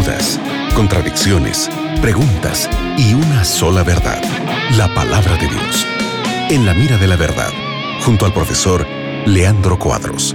dudas, contradicciones, preguntas y una sola verdad, la palabra de Dios. En la mira de la verdad, junto al profesor Leandro Cuadros.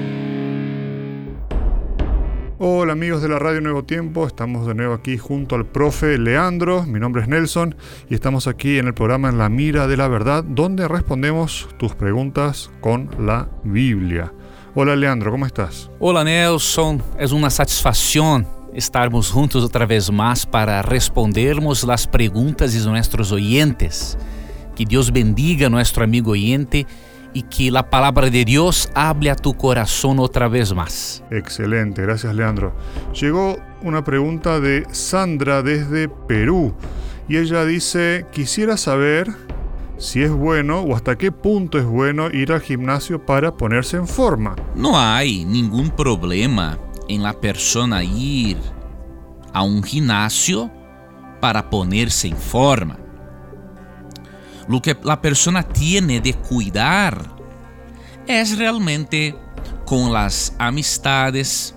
Hola amigos de la Radio Nuevo Tiempo, estamos de nuevo aquí junto al profe Leandro, mi nombre es Nelson y estamos aquí en el programa En la Mira de la Verdad, donde respondemos tus preguntas con la Biblia. Hola Leandro, ¿cómo estás? Hola Nelson, es una satisfacción estarmos juntos otra vez más para respondermos las preguntas de nuestros oyentes. Que Dios bendiga a nuestro amigo oyente y que la palabra de Dios hable a tu corazón otra vez más. Excelente, gracias Leandro. Llegó una pregunta de Sandra desde Perú y ella dice, quisiera saber si es bueno o hasta qué punto es bueno ir al gimnasio para ponerse en forma. No hay ningún problema en la persona ir a un gimnasio para ponerse en forma. Lo que la persona tiene de cuidar es realmente con las amistades,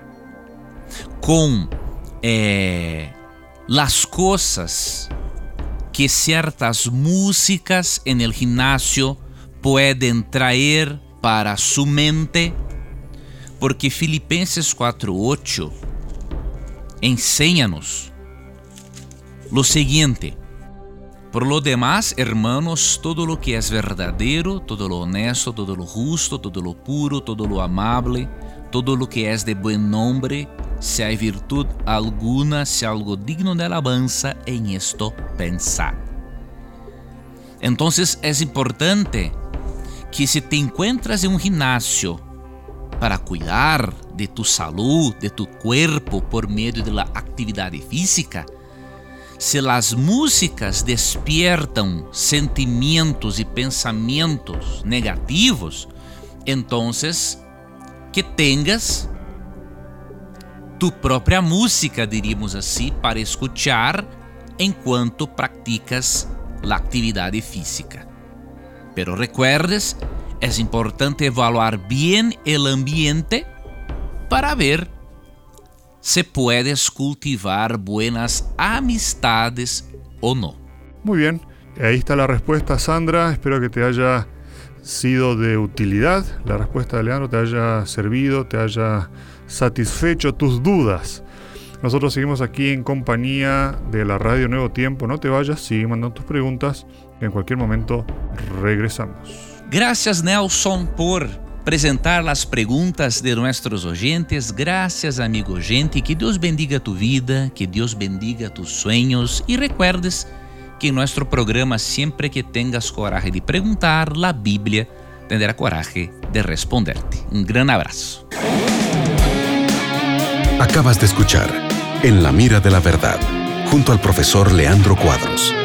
con las cosas que ciertas músicas en el gimnasio pueden traer para su mente, porque Filipenses 4:8 enséñanos lo siguiente: por lo demás, hermanos, todo lo que es verdadero, todo lo honesto, todo lo justo, todo lo puro, todo lo amable, todo lo que es de buen nombre, si hay virtud alguna, si algo digno de alabanza, en esto pensad. Entonces es importante que si te encuentras en un gimnasio para cuidar de tu salud, de tu cuerpo por medio de la actividad física, si las músicas despiertan sentimientos y pensamientos negativos, entonces que tengas tu propia música, diríamos así, para escuchar enquanto practicas la actividad física. Pero recuerdes, es importante evaluar bien el ambiente para ver si puedes cultivar buenas amistades o no. Muy bien, ahí está la respuesta, Sandra. Espero que te haya sido de utilidad. La respuesta de Leandro te haya servido, te haya satisfecho tus dudas. Nosotros seguimos aquí en compañía de la Radio Nuevo Tiempo. No te vayas, sigue mandando tus preguntas. En cualquier momento regresamos. Gracias, Nelson, por presentar las preguntas de nuestros oyentes. Gracias, amigo oyente. Que Dios bendiga tu vida, que Dios bendiga tus sueños. Y recuerdes que en nuestro programa, siempre que tengas coraje de preguntar, la Biblia tendrá coraje de responderte. Un gran abrazo. Acabas de escuchar En la Mira de la Verdad, junto al profesor Leandro Cuadros.